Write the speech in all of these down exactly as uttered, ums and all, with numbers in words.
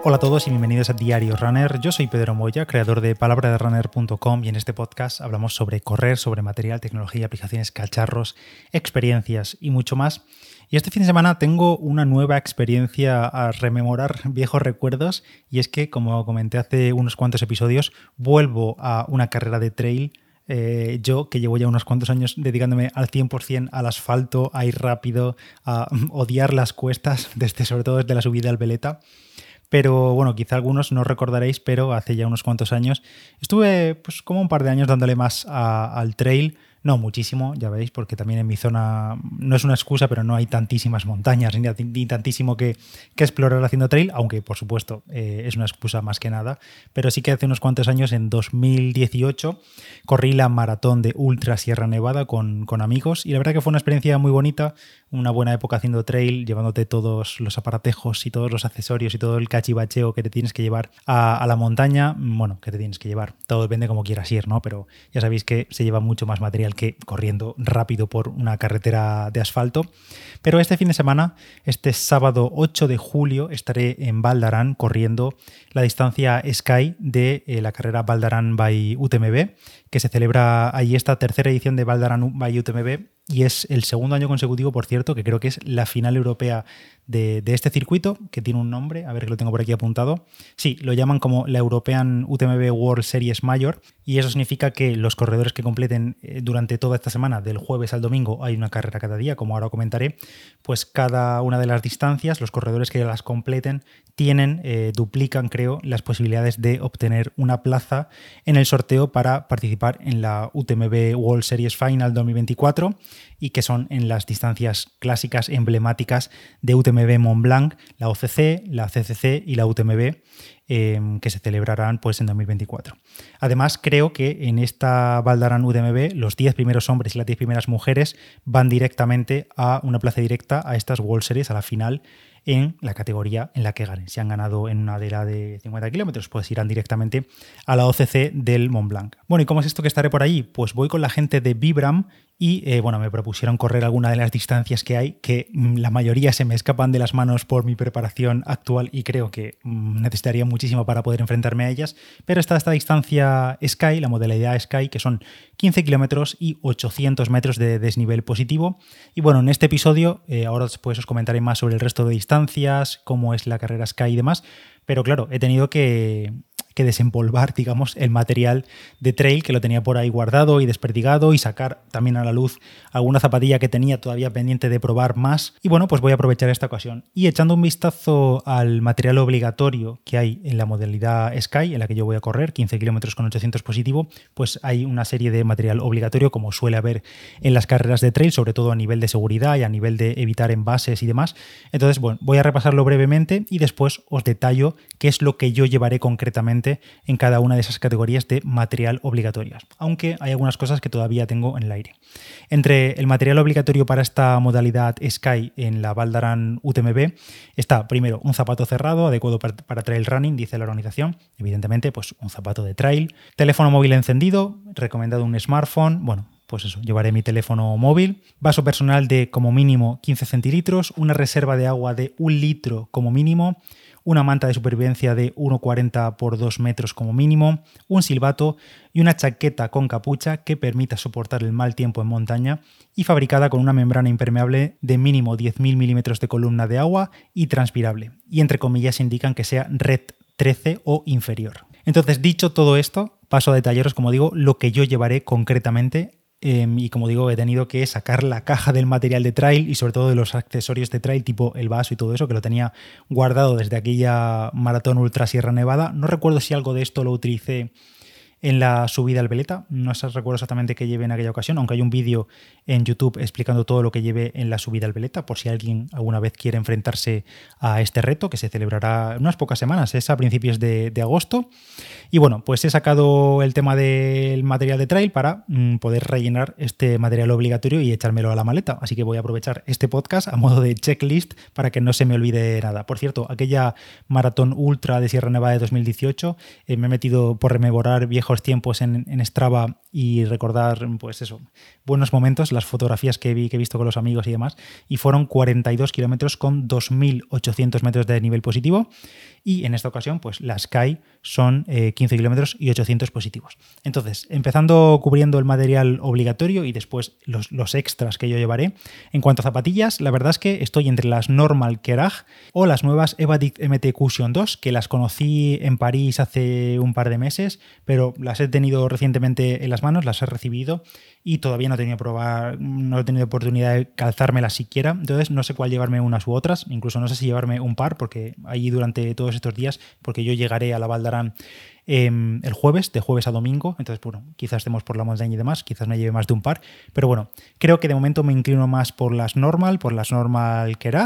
Hola a todos y bienvenidos a Diario Runner. Yo soy Pedro Moya, creador de palabra de runner punto com, y en este podcast hablamos sobre correr, sobre material, tecnología, aplicaciones, cacharros, experiencias y mucho más. Y este fin de semana tengo una nueva experiencia a rememorar viejos recuerdos, y es que, como comenté hace unos cuantos episodios, vuelvo a una carrera de trail. Eh, yo, que llevo ya unos cuantos años dedicándome al cien por ciento al asfalto, a ir rápido, a odiar las cuestas, desde, sobre todo desde la subida al Veleta. Pero bueno, quizá algunos no recordaréis, pero hace ya unos cuantos años estuve pues como un par de años dándole más a, al trail. No muchísimo, ya veis, porque también en mi zona no es una excusa, pero no hay tantísimas montañas ni, ni tantísimo que, que explorar haciendo trail, aunque por supuesto eh, es una excusa más que nada. Pero sí que hace unos cuantos años, en dos mil dieciocho, corrí la maratón de Ultra Sierra Nevada con, con amigos, y la verdad que fue una experiencia muy bonita, una buena época haciendo trail, llevándote todos los aparatejos y todos los accesorios y todo el cachivacheo que te tienes que llevar a, a la montaña. Bueno, que te tienes que llevar, todo depende como quieras ir, ¿no? Pero ya sabéis que se lleva mucho más material que corriendo rápido por una carretera de asfalto. Pero este fin de semana, este sábado ocho de julio, estaré en Val d'Aran corriendo la distancia Sky de eh, la carrera Val d'Aran by U T M B, que se celebra allí esta tercera edición de Val d'Aran by U T M B, y es el segundo año consecutivo, por cierto, que creo que es la final europea de, de este circuito, que tiene un nombre, a ver que lo tengo por aquí apuntado. Sí, lo llaman como la European U T M B World Series Major, y eso significa que los corredores que completen eh, durante toda esta semana, del jueves al domingo, hay una carrera cada día, como ahora comentaré, pues cada una de las distancias, los corredores que las completen, tienen, eh, duplican, creo, las posibilidades de obtener una plaza en el sorteo para participar en la U T M B World Series Final dos mil veinticuatro, y que son en las distancias clásicas emblemáticas de U T M B Mont Blanc, la O C C, la C C C y la U T M B, eh, que se celebrarán pues en dos mil veinticuatro. Además, creo que en esta Val d'Aran U T M B los diez primeros hombres y las diez primeras mujeres van directamente a una plaza directa a estas World Series, a la final, en la categoría en la que ganen. Si han ganado en una de la de cincuenta kilómetros, pues irán directamente a la O C C del Mont Blanc. Bueno, ¿y cómo es esto que estaré por allí? Pues voy con la gente de Vibram y eh, bueno, me propusieron correr alguna de las distancias que hay, que mm, la mayoría se me escapan de las manos por mi preparación actual, y creo que mm, necesitaría muchísimo para poder enfrentarme a ellas, pero está esta distancia Sky, la modalidad Sky, que son quince kilómetros y ochocientos metros de desnivel positivo. Y bueno, en este episodio, eh, ahora después os comentaré más sobre el resto de distancias, cómo es la carrera Sky y demás, pero claro, he tenido que... que desempolvar, digamos, el material de trail, que lo tenía por ahí guardado y desperdigado, y sacar también a la luz alguna zapatilla que tenía todavía pendiente de probar más. Y bueno, pues voy a aprovechar esta ocasión. Y echando un vistazo al material obligatorio que hay en la modalidad Sky, en la que yo voy a correr, quince kilómetros con ochocientos positivo, pues hay una serie de material obligatorio, como suele haber en las carreras de trail, sobre todo a nivel de seguridad y a nivel de evitar envases y demás. Entonces, bueno, voy a repasarlo brevemente y después os detallo qué es lo que yo llevaré concretamente en cada una de esas categorías de material obligatorias, aunque hay algunas cosas que todavía tengo en el aire. Entre el material obligatorio para esta modalidad Sky en la Val d'Aran U T M B está primero un zapato cerrado adecuado para, para trail running, dice la organización, evidentemente pues un zapato de trail, teléfono móvil encendido, recomendado un smartphone, bueno, pues eso, llevaré mi teléfono móvil, vaso personal de como mínimo quince centilitros, una reserva de agua de un litro como mínimo, una manta de supervivencia de uno cuarenta por dos metros como mínimo, un silbato y una chaqueta con capucha que permita soportar el mal tiempo en montaña, y fabricada con una membrana impermeable de mínimo diez mil milímetros de columna de agua y transpirable. Y entre comillas indican que sea Red trece o inferior. Entonces, dicho todo esto, paso a detallaros, como digo, lo que yo llevaré concretamente. Eh, y como digo, he tenido que sacar la caja del material de trail y sobre todo de los accesorios de trail, tipo el vaso y todo eso, que lo tenía guardado desde aquella maratón Ultra Sierra Nevada. No recuerdo si algo de esto lo utilicé en la subida al Veleta, no sé, recuerdo exactamente qué llevé en aquella ocasión, aunque hay un vídeo en YouTube explicando todo lo que llevé en la subida al Veleta, por si alguien alguna vez quiere enfrentarse a este reto, que se celebrará en unas pocas semanas, es a principios de, de agosto. Y bueno, pues he sacado el tema del material de trail para mm, poder rellenar este material obligatorio y echármelo a la maleta, así que voy a aprovechar este podcast a modo de checklist para que no se me olvide nada. Por cierto, aquella maratón ultra de Sierra Nevada de dos mil dieciocho, eh, me he metido por rememorar viejos viejos tiempos en, en Strava y recordar, pues eso, buenos momentos, las fotografías que vi, que he visto con los amigos y demás, y fueron cuarenta y dos kilómetros con dos mil ochocientos metros de nivel positivo, y en esta ocasión, pues la Sky son eh, quince kilómetros y ochocientos positivos. Entonces, empezando cubriendo el material obligatorio y después los, los extras que yo llevaré. En cuanto a zapatillas, la verdad es que estoy entre las Normal Kerag o las nuevas Evadict M T Cushion dos, que las conocí en París hace un par de meses, pero las he tenido recientemente en las manos, las he recibido y todavía no he tenido, probar, no he tenido oportunidad de calzármelas siquiera, entonces no sé cuál llevarme unas u otras, incluso no sé si llevarme un par, porque allí durante todos estos días, porque yo llegaré a la Val d'Aran eh, el jueves, de jueves a domingo, entonces bueno, quizás estemos por la montaña y demás, quizás me lleve más de un par, pero bueno, creo que de momento me inclino más por las Normal, por las Normal Kerag,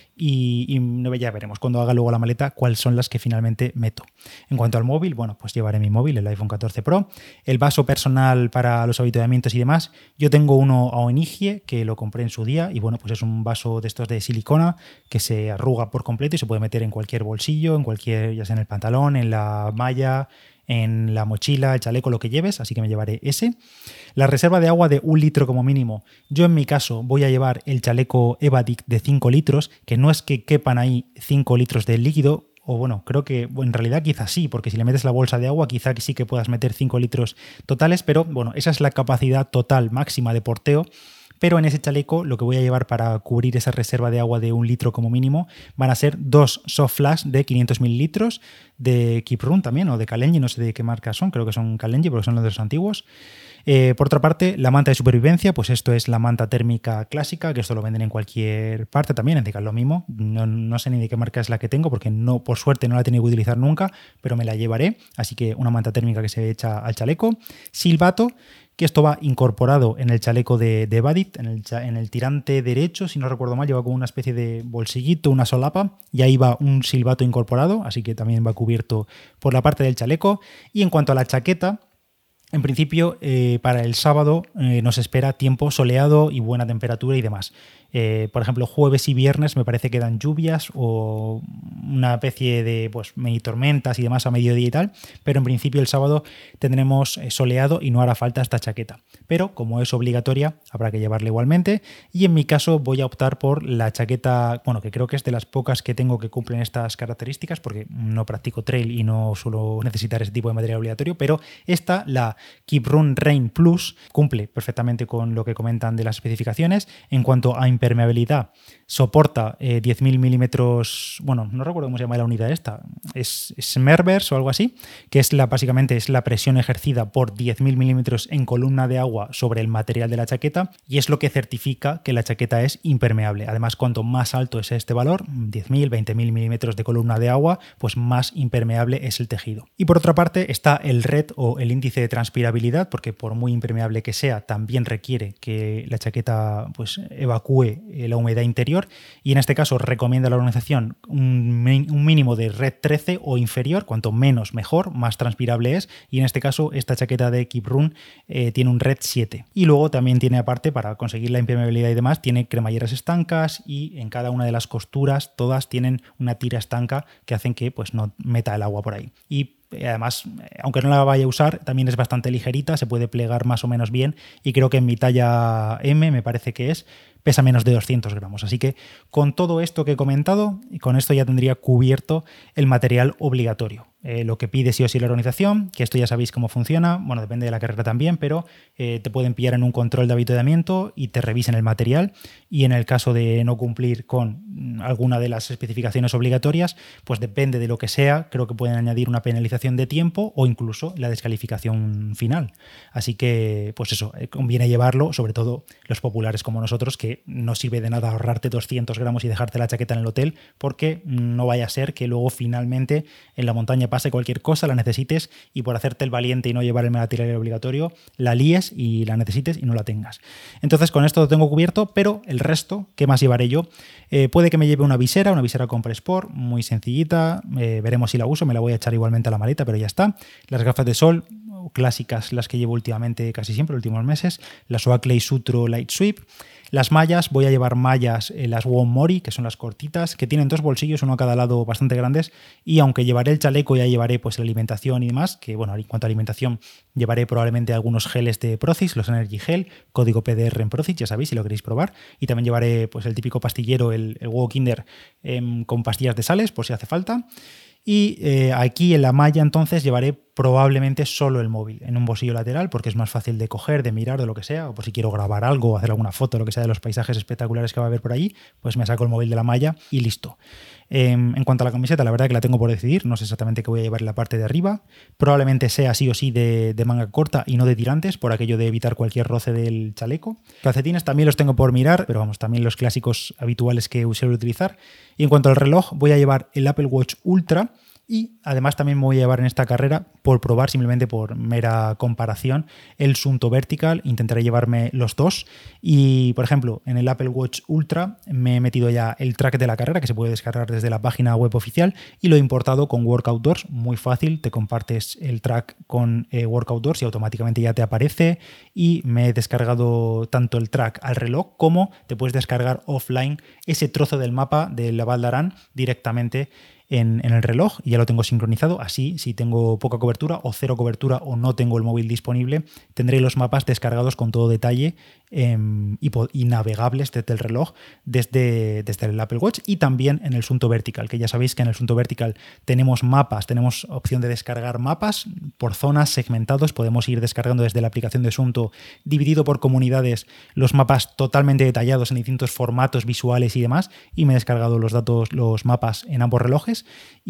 y, y ya veremos cuando haga luego la maleta cuáles son las que finalmente meto. En cuanto al móvil, bueno, pues llevaré mi móvil, el iPhone catorce Pro, el vaso personal para los avituallamientos y demás. Yo tengo uno a Oenigie que lo compré en su día y bueno, pues es un vaso de estos de silicona que se arruga por completo y se puede meter en cualquier bolsillo, en cualquier, ya sea en el pantalón, en la malla, en la mochila, el chaleco, lo que lleves, así que me llevaré ese. La reserva de agua de un litro como mínimo. Yo en mi caso voy a llevar el chaleco Evadict de cinco litros, que no es que quepan ahí cinco litros de líquido, o bueno, creo que bueno, en realidad quizás sí, porque si le metes la bolsa de agua quizás sí que puedas meter cinco litros totales, pero bueno, esa es la capacidad total máxima de porteo. Pero en ese chaleco lo que voy a llevar para cubrir esa reserva de agua de un litro como mínimo van a ser dos soft flask de quinientos mililitros de Keep Run también, o de Kalenji, no sé de qué marca son, creo que son Kalenji porque son los de los antiguos. Eh, por otra parte, la manta de supervivencia, pues esto es la manta térmica clásica, que esto lo venden en cualquier parte también, en Decathlon lo mismo. No, no sé ni de qué marca es la que tengo, porque no, por suerte no la he tenido que utilizar nunca, pero me la llevaré. Así que una manta térmica que se echa al chaleco. Silbato, que esto va incorporado en el chaleco de, de Evadict, en el, en el tirante derecho, si no recuerdo mal, lleva como una especie de bolsillito, una solapa, y ahí va un silbato incorporado, así que también va cubierto por la parte del chaleco. Y en cuanto a la chaqueta, en principio, eh, para el sábado eh, nos espera tiempo soleado y buena temperatura y demás. Eh, por ejemplo, jueves y viernes me parece que dan lluvias o una especie de pues, mini tormentas y demás a mediodía y tal, pero en principio el sábado tendremos soleado y no hará falta esta chaqueta. Pero como es obligatoria, habrá que llevarla igualmente, y en mi caso voy a optar por la chaqueta, bueno, que creo que es de las pocas que tengo que cumplen estas características, porque no practico trail y no suelo necesitar ese tipo de material obligatorio, pero esta, la Keep Run Rain Plus, cumple perfectamente con lo que comentan de las especificaciones. En cuanto a impermeabilidad, soporta eh, diez mil milímetros, bueno, no recuerdo cómo se llama la unidad esta, es, es Mervers o algo así, que es la, básicamente es la presión ejercida por diez mil milímetros en columna de agua sobre el material de la chaqueta, y es lo que certifica que la chaqueta es impermeable. Además, cuanto más alto es este valor, diez mil, veinte mil milímetros de columna de agua, pues más impermeable es el tejido. Y por otra parte está el R E D o el índice de transpirabilidad, porque por muy impermeable que sea, también requiere que la chaqueta pues evacúe la humedad interior, y en este caso recomienda la organización un, un mínimo de R E D trece o inferior, cuanto menos mejor, más transpirable es, y en este caso esta chaqueta de Keep Run eh, tiene un R E D siete. Y luego también tiene, aparte, para conseguir la impermeabilidad y demás, tiene cremalleras estancas, y en cada una de las costuras todas tienen una tira estanca que hacen que pues no meta el agua por ahí. Y además, aunque no la vaya a usar, también es bastante ligerita, se puede plegar más o menos bien, y creo que en mi talla M, me parece que es, pesa menos de doscientos gramos. Así que con todo esto que he comentado, con esto ya tendría cubierto el material obligatorio. Eh, lo que pide sí o sí la organización, que esto ya sabéis cómo funciona, bueno, depende de la carrera también, pero eh, te pueden pillar en un control de avituallamiento y te revisen el material, y en el caso de no cumplir con alguna de las especificaciones obligatorias, pues depende de lo que sea, creo que pueden añadir una penalización de tiempo o incluso la descalificación final. Así que, pues eso, conviene llevarlo, sobre todo los populares como nosotros, que no sirve de nada ahorrarte doscientos gramos y dejarte la chaqueta en el hotel, porque no vaya a ser que luego finalmente en la montaña pase cualquier cosa, la necesites, y por hacerte el valiente y no llevar el material obligatorio, la líes y la necesites y no la tengas. Entonces con esto lo tengo cubierto, pero el resto, ¿qué más llevaré yo? Eh, puede que me lleve una visera, una visera Compressport, muy sencillita, eh, veremos si la uso, me la voy a echar igualmente a la maleta, pero ya está. Las gafas de sol, clásicas las que llevo últimamente casi siempre, los últimos meses, las Oakley Sutro Light Sweep. Las mallas, voy a llevar mallas, eh, las Won Mori, que son las cortitas, que tienen dos bolsillos, uno a cada lado bastante grandes, y aunque llevaré el chaleco, ya llevaré pues la alimentación y demás, que bueno, en cuanto a alimentación, llevaré probablemente algunos geles de Procis, los Energy Gel, código P D R en Procis, ya sabéis, si lo queréis probar, y también llevaré pues el típico pastillero, el, el huevo Kinder eh, con pastillas de sales, por si hace falta. Y eh, aquí en la malla entonces llevaré probablemente solo el móvil en un bolsillo lateral porque es más fácil de coger, de mirar, de lo que sea, o por si quiero grabar algo o hacer alguna foto, lo que sea de los paisajes espectaculares que va a haber por ahí, pues me saco el móvil de la malla y listo. Eh, en cuanto a la camiseta, la verdad que la tengo por decidir, no sé exactamente qué voy a llevar en la parte de arriba, probablemente sea sí o sí de, de manga corta y no de tirantes, por aquello de evitar cualquier roce del chaleco. Calcetines también los tengo por mirar, pero vamos, también los clásicos habituales que suelo utilizar. Y en cuanto al reloj, voy a llevar el Apple Watch Ultra. Y además también me voy a llevar en esta carrera, por probar, simplemente por mera comparación, el Suunto Vertical. Intentaré llevarme los dos. Y, por ejemplo, en el Apple Watch Ultra me he metido ya el track de la carrera, que se puede descargar desde la página web oficial, y lo he importado con Workoutdoors. Muy fácil, te compartes el track con eh, Workoutdoors y automáticamente ya te aparece. Y me he descargado tanto el track al reloj como te puedes descargar offline ese trozo del mapa de la Val d'Aran directamente En, en el reloj, y ya lo tengo sincronizado. Así, si tengo poca cobertura o cero cobertura o no tengo el móvil disponible, tendré los mapas descargados con todo detalle eh, y, y navegables desde el reloj, desde, desde el Apple Watch, y también en el Suunto Vertical, que ya sabéis que en el Suunto Vertical tenemos mapas, tenemos opción de descargar mapas por zonas segmentados, podemos ir descargando desde la aplicación de Suunto, dividido por comunidades, los mapas totalmente detallados en distintos formatos visuales y demás, y me he descargado los datos, los mapas en ambos relojes.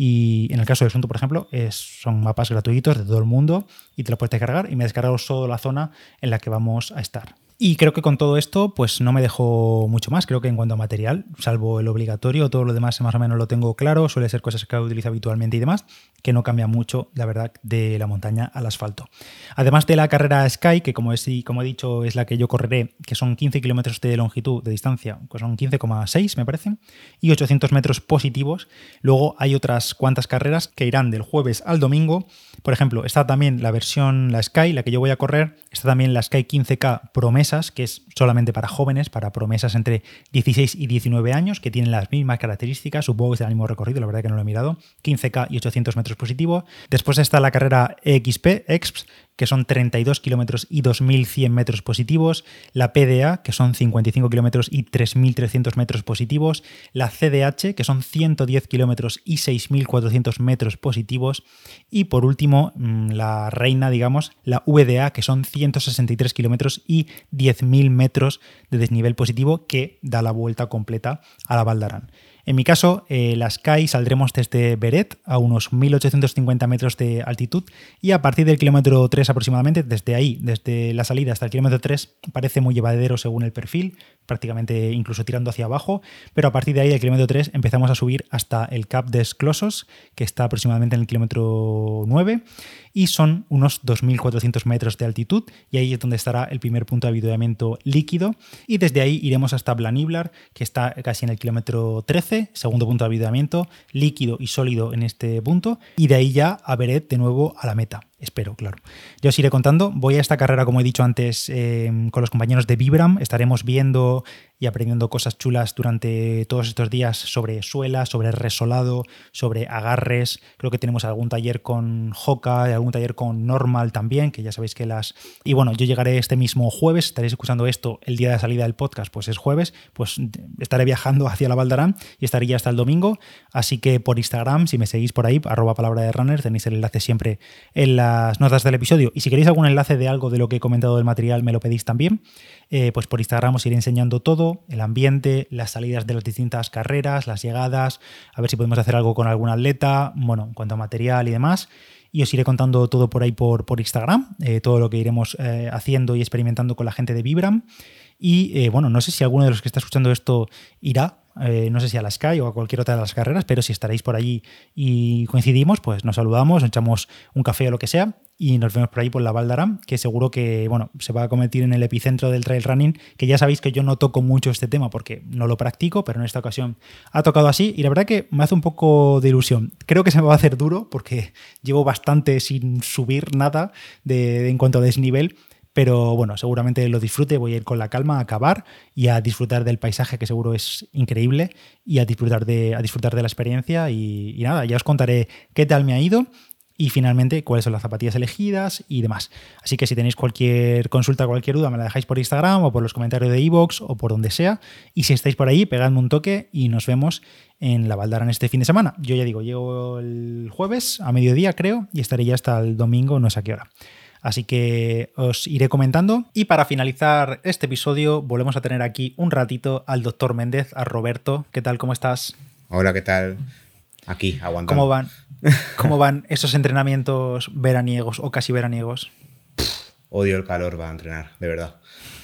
Y en el caso del Suunto, por ejemplo, es, son mapas gratuitos de todo el mundo y te lo puedes descargar, y me he descargado solo la zona en la que vamos a estar. Y creo que con todo esto pues no me dejo mucho más. Creo que en cuanto a material, salvo el obligatorio, todo lo demás más o menos lo tengo claro, suele ser cosas que utilizo habitualmente y demás, que no cambia mucho, la verdad, de la montaña al asfalto. Además de la carrera Sky, que como, es, como he dicho es la que yo correré, que son quince kilómetros de longitud, de distancia, pues son quince coma seis me parece, y ochocientos metros positivos. Luego hay otras cuantas carreras que irán del jueves al domingo. Por ejemplo, está también la versión, la Sky, la que yo voy a correr, está también la Sky quince K Promesas, que es solamente para jóvenes, para promesas entre dieciséis y diecinueve años, que tienen las mismas características, supongo que es del mismo recorrido, la verdad que no lo he mirado, quince K y ochocientos metros positivos. Después está la carrera E X P, E X P, que son treinta y dos kilómetros y dos mil cien metros positivos, la P D A, que son cincuenta y cinco kilómetros y tres mil trescientos metros positivos, la C D H, que son ciento diez kilómetros y seis mil cuatrocientos metros positivos, y por último, la reina, digamos, la V D A, que son ciento sesenta y tres kilómetros y diez mil metros de desnivel positivo, que da la vuelta completa a la Val d'Aran. En mi caso, eh, la Sky saldremos desde Beret a unos mil ochocientos cincuenta metros de altitud, y a partir del kilómetro tres aproximadamente, desde ahí, desde la salida hasta el kilómetro tres, parece muy llevadero según el perfil, prácticamente incluso tirando hacia abajo, pero a partir de ahí, del kilómetro tres, empezamos a subir hasta el Cap des Clossos, que está aproximadamente en el kilómetro nueve, y son unos dos mil cuatrocientos metros de altitud, y ahí es donde estará el primer punto de avituallamiento líquido, y desde ahí iremos hasta Blaniblar, que está casi en el kilómetro trece, segundo punto de avituallamiento, líquido y sólido en este punto, y de ahí ya a Beret de nuevo a la meta. Espero, claro. Ya os iré contando. Voy a esta carrera, como he dicho antes, eh, con los compañeros de Vibram. Estaremos viendo y aprendiendo cosas chulas durante todos estos días sobre suela, sobre resolado, sobre agarres. Creo que tenemos algún taller con Hoka, algún taller con Normal también, que ya sabéis que las... Y bueno, yo llegaré este mismo jueves. Estaréis escuchando esto el día de salida del podcast, pues es jueves. Pues estaré viajando hacia la Val d'Aran y estaré ya hasta el domingo. Así que por Instagram, si me seguís por ahí, arroba palabra de runner, tenéis el enlace siempre en la las notas del episodio, y si queréis algún enlace de algo de lo que he comentado del material, me lo pedís también. Eh, pues por Instagram os iré enseñando todo, el ambiente, las salidas de las distintas carreras, las llegadas, a ver si podemos hacer algo con algún atleta, bueno, en cuanto a material y demás, y os iré contando todo por ahí por, por Instagram, eh, todo lo que iremos eh, haciendo y experimentando con la gente de Vibram. Y eh, bueno, no sé si alguno de los que está escuchando esto irá, Eh, no sé si a la Sky o a cualquier otra de las carreras, pero si estaréis por allí y coincidimos, pues nos saludamos, nos echamos un café o lo que sea, y nos vemos por ahí por la Val d'Aran, que seguro que bueno, se va a convertir en el epicentro del trail running, que ya sabéis que yo no toco mucho este tema porque no lo practico, pero en esta ocasión ha tocado así y la verdad que me hace un poco de ilusión. Creo que se me va a hacer duro porque llevo bastante sin subir nada de, de, en cuanto a desnivel, pero bueno, seguramente lo disfrute, voy a ir con la calma a acabar y a disfrutar del paisaje, que seguro es increíble, y a disfrutar de, a disfrutar de la experiencia y, y nada, ya os contaré qué tal me ha ido y finalmente cuáles son las zapatillas elegidas y demás. Así que si tenéis cualquier consulta, cualquier duda, me la dejáis por Instagram o por los comentarios de iVoox o por donde sea, y si estáis por ahí, pegadme un toque y nos vemos en la Val d'Aran este fin de semana. Yo ya digo, llego el jueves a mediodía creo y estaré ya hasta el domingo, no sé a qué hora. Así que os iré comentando. Y para finalizar este episodio, volvemos a tener aquí un ratito al doctor Méndez, a Roberto. ¿Qué tal? ¿Cómo estás? Hola, ¿qué tal? Aquí, aguantando. ¿Cómo van, cómo van esos entrenamientos veraniegos o casi veraniegos? Odio el calor para entrenar, de verdad.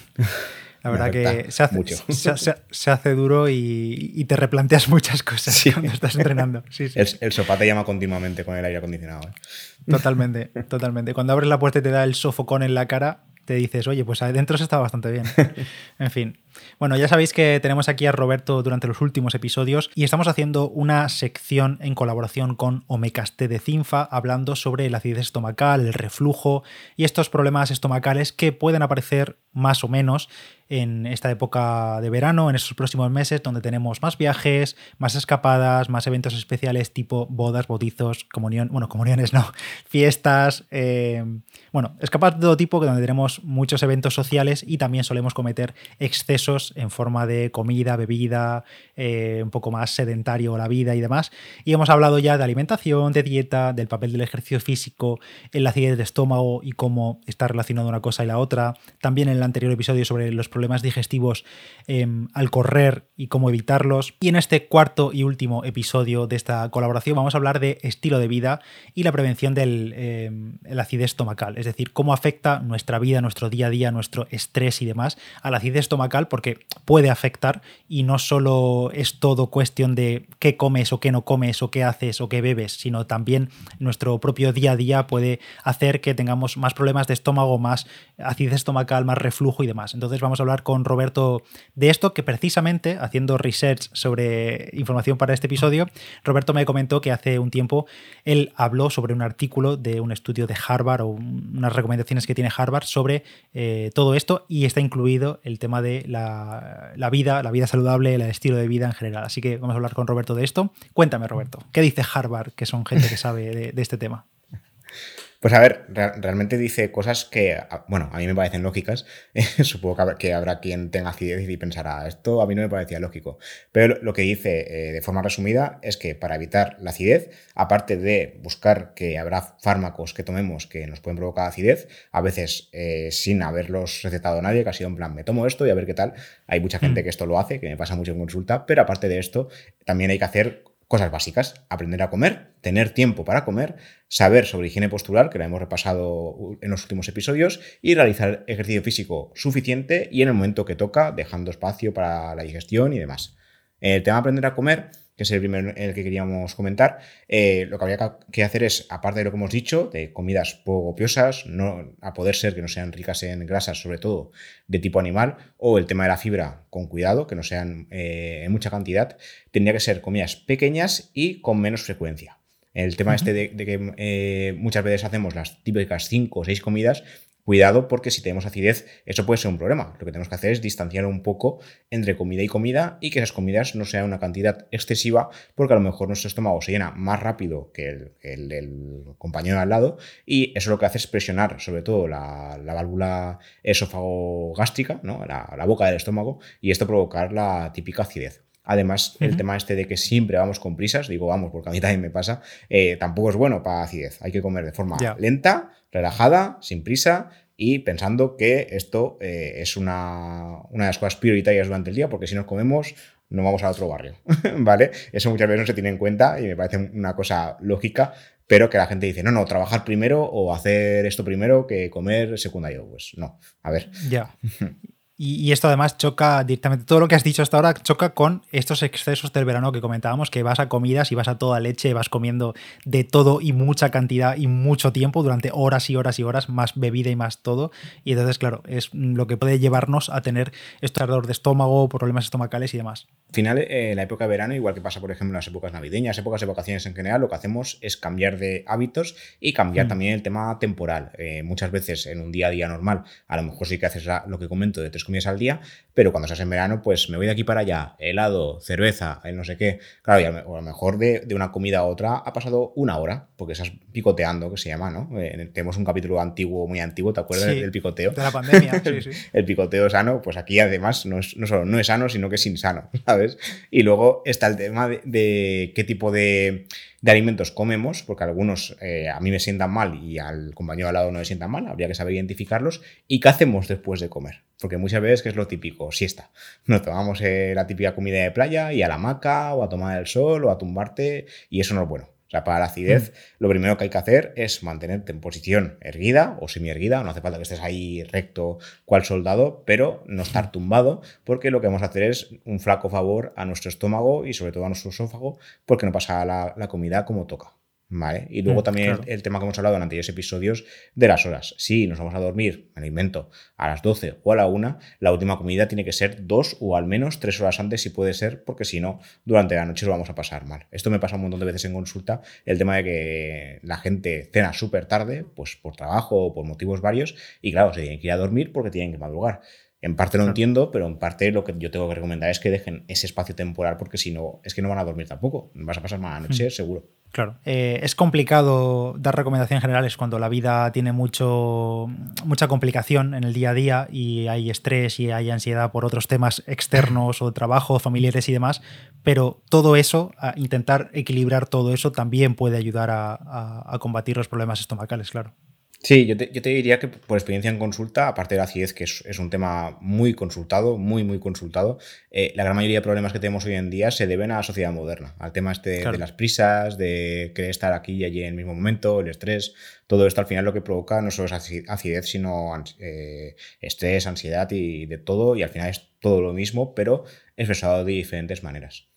La verdad que se hace, se, se, se hace duro y, y te replanteas muchas cosas sí. cuando estás entrenando. Sí, sí. El, el sofá te llama continuamente con el aire acondicionado. ¿eh? Totalmente, totalmente. Cuando abres la puerta y te da el sofocón en la cara, te dices, oye, pues adentro se está bastante bien. En fin. Bueno, ya sabéis que tenemos aquí a Roberto durante los últimos episodios y estamos haciendo una sección en colaboración con Omecast de Cinfa hablando sobre la acidez estomacal, el reflujo y estos problemas estomacales que pueden aparecer más o menos en esta época de verano, en estos próximos meses donde tenemos más viajes, más escapadas, más eventos especiales tipo bodas, bautizos, comunión, bueno, comuniones no, fiestas, eh, bueno, escapadas de todo tipo donde tenemos muchos eventos sociales y también solemos cometer excesos en forma de comida, bebida, eh, un poco más sedentario la vida y demás. Y hemos hablado ya de alimentación, de dieta, del papel del ejercicio físico en la acidez de estómago y cómo está relacionado una cosa y la otra. También en el anterior episodio sobre los problemas digestivos eh, al correr y cómo evitarlos. Y en este cuarto y último episodio de esta colaboración vamos a hablar de estilo de vida y la prevención del eh, la acidez estomacal. Es decir, cómo afecta nuestra vida, nuestro día a día, nuestro estrés y demás a la acidez estomacal, porque puede afectar y no solo es todo cuestión de qué comes o qué no comes o qué haces o qué bebes, sino también nuestro propio día a día puede hacer que tengamos más problemas de estómago, más acidez estomacal, más reflujo y demás. Entonces vamos a hablar con Roberto de esto, que precisamente haciendo research sobre información para este episodio, Roberto me comentó que hace un tiempo él habló sobre un artículo de un estudio de Harvard o unas recomendaciones que tiene Harvard sobre eh, todo esto y está incluido el tema de la, la vida, la vida saludable, el estilo de vida en general. Así que vamos a hablar con Roberto de esto. Cuéntame, Roberto, ¿qué dice Harvard, que son gente que sabe de, de este tema? Pues a ver, re- realmente dice cosas que, bueno, a mí me parecen lógicas. Supongo que habrá, que habrá quien tenga acidez y pensará, esto a mí no me parecía lógico. Pero lo que dice eh, de forma resumida es que para evitar la acidez, aparte de buscar que habrá fármacos que tomemos que nos pueden provocar acidez, a veces eh, sin haberlos recetado nadie, que ha sido en plan, me tomo esto y a ver qué tal. Hay mucha gente que esto lo hace, que me pasa mucho en consulta, pero aparte de esto, también hay que hacer cosas básicas, aprender a comer, tener tiempo para comer, saber sobre higiene postural, que la hemos repasado en los últimos episodios, y realizar ejercicio físico suficiente y en el momento que toca, dejando espacio para la digestión y demás. El tema de aprender a comer, que es el primero en el que queríamos comentar, eh, lo que habría que hacer es, aparte de lo que hemos dicho, de comidas poco copiosas, no, a poder ser que no sean ricas en grasas, sobre todo de tipo animal, o el tema de la fibra, con cuidado, que no sean eh, en mucha cantidad, tendría que ser comidas pequeñas y con menos frecuencia. El tema uh-huh. este de, de que eh, muchas veces hacemos las típicas cinco o seis comidas, cuidado, porque si tenemos acidez, eso puede ser un problema. Lo que tenemos que hacer es distanciar un poco entre comida y comida y que esas comidas no sean una cantidad excesiva, porque a lo mejor nuestro estómago se llena más rápido que el, el, el compañero al lado y eso lo que hace es presionar sobre todo la, la válvula esófago-gástrica, ¿no? la, la boca del estómago, y esto provocar la típica acidez. Además, uh-huh. el tema este de que siempre vamos con prisas, digo vamos porque a mí también me pasa, eh, tampoco es bueno para acidez. Hay que comer de forma yeah. lenta, relajada, sin prisa y pensando que esto eh, es una, una de las cosas prioritarias durante el día, porque si nos comemos no vamos a otro barrio, ¿vale? Eso muchas veces no se tiene en cuenta y me parece una cosa lógica, pero que la gente dice, no, no, trabajar primero o hacer esto primero que comer secundario. Pues no, a ver. Ya. Y, y esto además choca directamente, todo lo que has dicho hasta ahora choca con estos excesos del verano que comentábamos, que vas a comidas y vas a toda leche, vas comiendo de todo y mucha cantidad y mucho tiempo durante horas y horas y horas, más bebida y más todo. Y entonces, claro, es lo que puede llevarnos a tener estos ardor de estómago, problemas estomacales y demás. Al final, eh, la época de verano, igual que pasa, por ejemplo, en las épocas navideñas, épocas de vacaciones en general, lo que hacemos es cambiar de hábitos y cambiar mm. también el tema temporal. Eh, muchas veces en un día a día normal, a lo mejor sí que haces lo que comento de tres comidas al día, pero cuando estás en verano, pues me voy de aquí para allá, helado, cerveza, el no sé qué. Claro, y a lo mejor de, de una comida a otra ha pasado una hora, porque estás picoteando, que se llama, ¿no? Eh, tenemos un capítulo antiguo, muy antiguo, ¿te acuerdas sí, del picoteo? De la pandemia, sí, sí. El picoteo sano, pues aquí además no, es, no solo no es sano, sino que es insano, ¿sabes? Y luego está el tema de, de qué tipo de, de alimentos comemos, porque algunos eh, a mí me sientan mal y al compañero al lado no le sientan mal, habría que saber identificarlos. ¿Y qué hacemos después de comer? Porque muchas veces, que es lo típico, siesta. Nos tomamos eh, la típica comida de playa y a la hamaca o a tomar el sol o a tumbarte, y eso no es bueno. O sea, para la acidez, mm. lo primero que hay que hacer es mantenerte en posición erguida o semi-erguida. No hace falta que estés ahí recto cual soldado, pero no estar tumbado, porque lo que vamos a hacer es un flaco favor a nuestro estómago y sobre todo a nuestro esófago, porque no pasa la, la comida como toca. ¿Vale? Y luego mm, también claro. el, el tema que hemos hablado en anteriores episodios de las horas. Si nos vamos a dormir, me lo invento, a las doce o a la una, la última comida tiene que ser dos o al menos tres horas antes, si puede ser, porque si no, durante la noche lo vamos a pasar mal. Esto me pasa un montón de veces en consulta, el tema de que la gente cena súper tarde, pues por trabajo o por motivos varios, y claro, se tienen que ir a dormir porque tienen que madrugar. En parte lo claro. entiendo, pero en parte lo que yo tengo que recomendar es que dejen ese espacio temporal, porque si no, es que no van a dormir tampoco. Vas a pasar mala noche, mm. seguro. Claro. Eh, es complicado dar recomendaciones generales cuando la vida tiene mucho, mucha complicación en el día a día y hay estrés y hay ansiedad por otros temas externos o trabajo, familiares y demás, pero todo eso, a intentar equilibrar todo eso también puede ayudar a, a, a combatir los problemas estomacales, claro. Sí, yo te, yo te diría que por experiencia en consulta, aparte de la acidez, que es, es un tema muy consultado, muy, muy consultado, eh, la gran mayoría de problemas que tenemos hoy en día se deben a la sociedad moderna, al tema este claro. de las prisas, de querer estar aquí y allí en el mismo momento, el estrés, todo esto al final lo que provoca no solo es acidez, sino eh, estrés, ansiedad y de todo, y al final es todo lo mismo, pero expresado de diferentes maneras.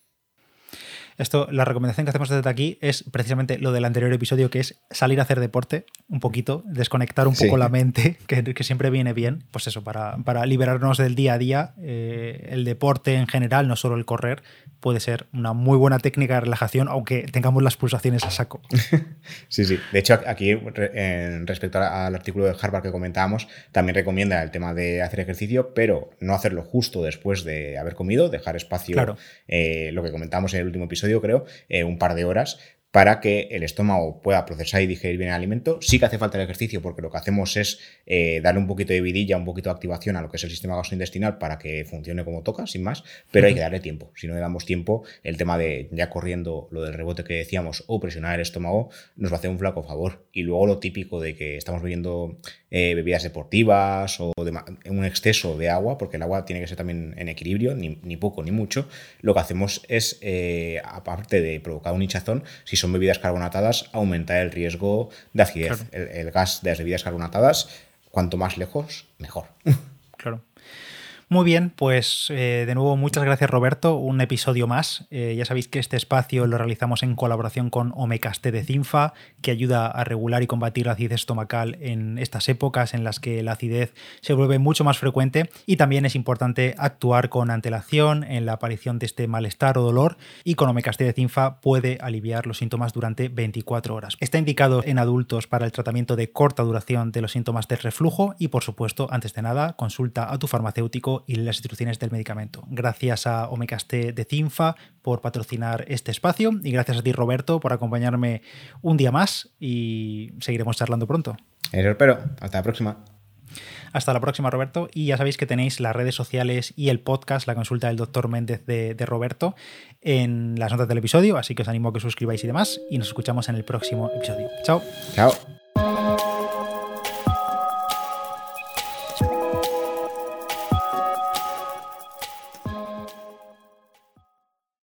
Esto, la recomendación que hacemos desde aquí es precisamente lo del anterior episodio, que es salir a hacer deporte un poquito, desconectar un poco sí. la mente, que, que siempre viene bien, pues eso, para, para liberarnos del día a día. Eh, el deporte en general, no solo el correr, puede ser una muy buena técnica de relajación, aunque tengamos las pulsaciones a saco. Sí, sí. De hecho, aquí, en respecto al artículo de Harvard que comentábamos, también recomienda el tema de hacer ejercicio, pero no hacerlo justo después de haber comido, dejar espacio, claro. eh, lo que comentábamos en el último episodio, creo, eh, un par de horas para que el estómago pueda procesar y digerir bien el alimento. Sí que hace falta el ejercicio, porque lo que hacemos es eh, darle un poquito de vidilla, un poquito de activación a lo que es el sistema gastrointestinal para que funcione como toca, sin más, pero uh-huh. hay que darle tiempo. Si no le damos tiempo, el tema de ya corriendo lo del rebote que decíamos o presionar el estómago nos va a hacer un flaco favor. Y luego lo típico de que estamos bebiendo eh, bebidas deportivas o de un exceso de agua, porque el agua tiene que ser también en equilibrio, ni, ni poco ni mucho. Lo que hacemos es, eh, aparte de provocar un hinchazón, si son bebidas carbonatadas, aumentar el riesgo de acidez. Claro. El, el gas de las bebidas carbonatadas, cuanto más lejos, mejor. Claro. Muy bien, pues eh, de nuevo muchas gracias, Roberto, un episodio más. Eh, ya sabéis que este espacio lo realizamos en colaboración con Omecast de Cinfa, que ayuda a regular y combatir la acidez estomacal en estas épocas en las que la acidez se vuelve mucho más frecuente, y también es importante actuar con antelación en la aparición de este malestar o dolor, y con Omecast de Cinfa puede aliviar los síntomas durante veinticuatro horas. Está indicado en adultos para el tratamiento de corta duración de los síntomas del reflujo y, por supuesto, antes de nada, consulta a tu farmacéutico y las instrucciones del medicamento. Gracias a Omecast de Cinfa por patrocinar este espacio, y gracias a ti, Roberto, por acompañarme un día más, y seguiremos charlando pronto. Eso espero. Hasta la próxima. Hasta la próxima, Roberto. Y ya sabéis que tenéis las redes sociales y el podcast, la consulta del doctor Méndez de, de Roberto, en las notas del episodio, así que os animo a que os suscribáis y demás, y nos escuchamos en el próximo episodio. Chao. Chao.